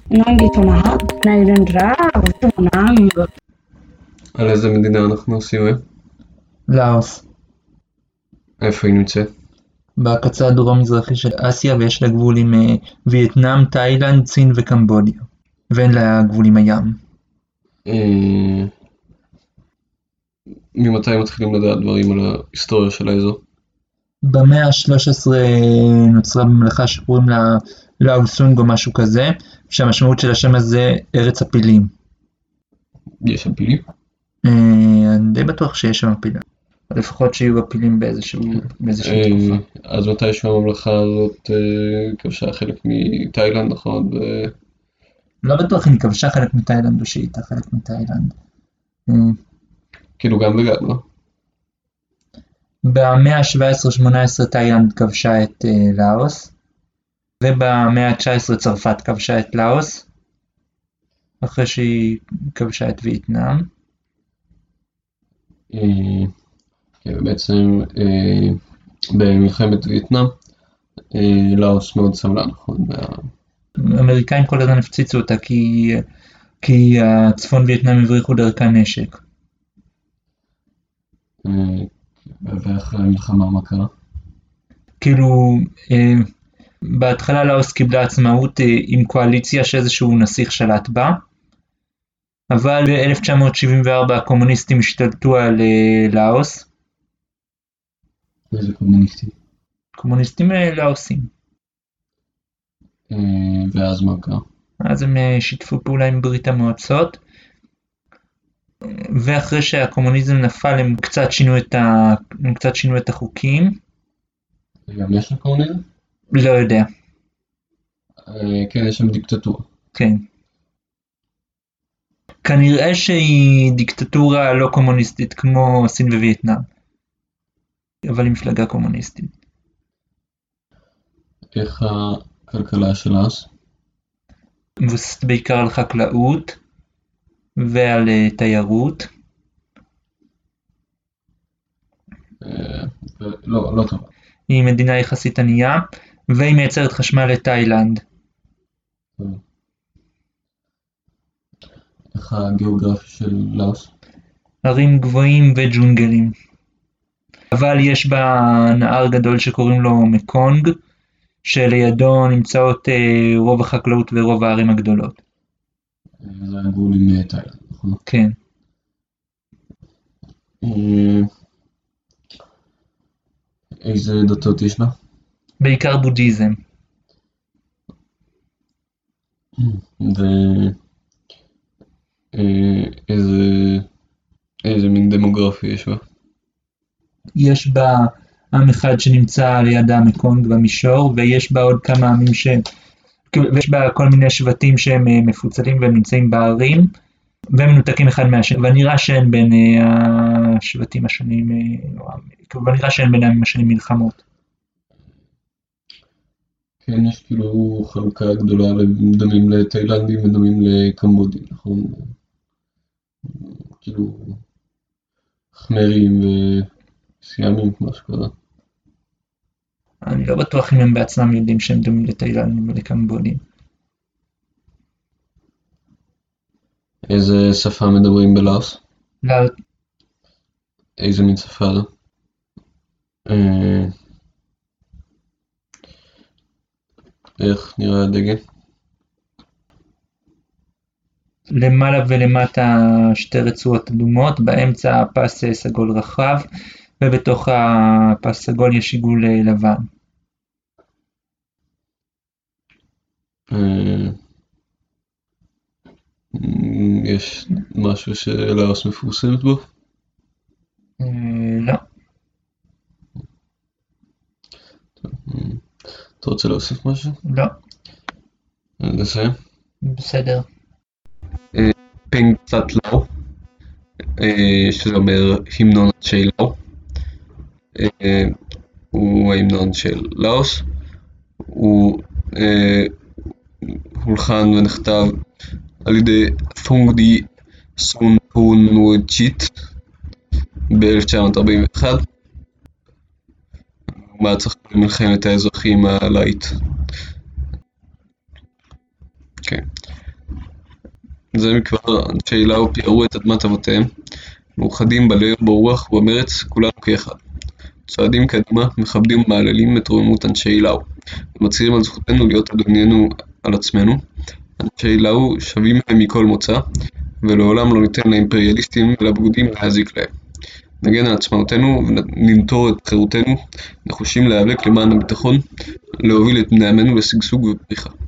Nandito na, nairindra, gusto mo nang. על איזה מדינה אנחנו עושים? לאוס, איפה היא נמצאת? בקצה הדרום-מזרחי של אסיה, ויש לה גבול עם וייטנאם, תאילנד, סין וקמבודיה, ואין לה גבול עם הים. ממתי מתחילים לדעת דברים על ההיסטוריה של האזור? במאה ה-13 נוצרה ממלכה שקוראים לה לאוסונג או משהו כזה, שהמשמעות של השם הזה ארץ הפילים. יש שם פילים? אני די בטוח שיש שם פילים, לפחות שיהיו הפילים באיזושהי תקופה. אז מתי שהממלכה הזאת כבשה חלק מתאילנד, נכון? לא בטוח אם היא כבשה חלק מתאילנד או שהיא הייתה חלק מתאילנד. כאילו גם וגם, לא? במאה ה-17-18 תאילנד כבשה את לאוס, ובמאה ה-19 צרפת כבשה את לאוס, אחרי שהיא כבשה את וייטנאם. כן, בעצם במלחמת וייטנאם, לאוס מאוד סבלה, נכון? האמריקאים כל הזמן הפציצו אותה כי הצפון וייטנאם הבריחו דרכה נשק. ואחרי המלחמה מה קרה? כאילו, בהתחלה לאוס קיבלה עצמאות עם קואליציה שאיזשהו נסיך שלט בה, אבל ב-1974 הקומוניסטים השתלטו על לאוס. איזה קומוניסטים? קומוניסטים לאוסים. ואז מה קרה? אז הם שיתפו פעולה עם ברית המועצות, ואחרי שהקומוניזם נפל הם קצת שינו את החוקים. גם יש לה קומוניזם? לא יודע. כן, יש שם דיקטטורה. כן. כנראה שהיא דיקטטורה לא קומוניסטית כמו סין ווייטנאם, אבל היא מפלגה קומוניסטית. איך הכלכלה של לאוס? מבוססת בעיקר על חקלאות ועל תיירות. לא טוב. היא מדינה יחסית ענייה, והיא מייצרת חשמל לתאילנד. איך הגיאוגרפיה של לאוס? הרים גבוהים וג'ונגלים. אבל יש בה נהר גדול שקוראים לו מקונג, שלידו נמצאות רוב החקלאות ורוב הערים הגדולות. זה הגבול עם תאילנד, נכון? כן. איזה דתות יש לה? בעיקר בודהיזם. איזה מין דמוגרפיה יש בה? יש בה עם אחד שנמצא ליד המקונג במישור, ויש בה עוד כמה עמים ויש בה כל מיני שבטים שהם מפוצלים והם נמצאים בערים, והם מנותקים אחד מהשני, ונראה שאין בין השבטים השונים, ונראה שאין בינם השנים מלחמות. כן, יש כאילו חלוקה גדולה דומים לתאילנדים ודומים לקמבודים, נכון? כאילו חמרים וסיאמים, משהו כזה. אני לא בטוח אם הם בעצמם יודעים שהם דומים לתאילנדים ולקמבודים. איזה שפה מדברים בלאוס? לא, איזה מין שפה זו? איך נראה הדגל? למעלה ולמטה שתי רצועות אדומות, באמצע פס סגול רחב, ובתוך הפס סגול יש עיגול לבן. יש משהו שלאוס מפורסמת בו? לא. אתה רוצה להוסיף משהו? לא. נסיים? בסדר. פנג קצת לאו, שזה אומר המנון של לאו, הוא ההמנון של לאוס, הוא הולחן ונכתב על ידי פונגדי סונפונווצ'יט ב-1941, מהצלחה במלחמת האזרחים הלאית. כן. זה מכבר אנשי לאו פיארו את אדמת אבותיהם, מאוחדים בלב, ברוח ובמרץ, כולנו כאחד. צועדים קדימה, מכבדים ומעללים את רוממות אנשי לאו, ומצהירים על זכותנו להיות אדוננו על עצמנו. אנשי לאו שווים להם מכל מוצא, ולעולם לא ניתן לאימפריאליסטים ולבגודים להזיק להם. נגן על עצמאותנו וננטור את חירותנו, נחושים להיאבק למען הביטחון, להוביל את בני עמנו לשגשוג ופריחה.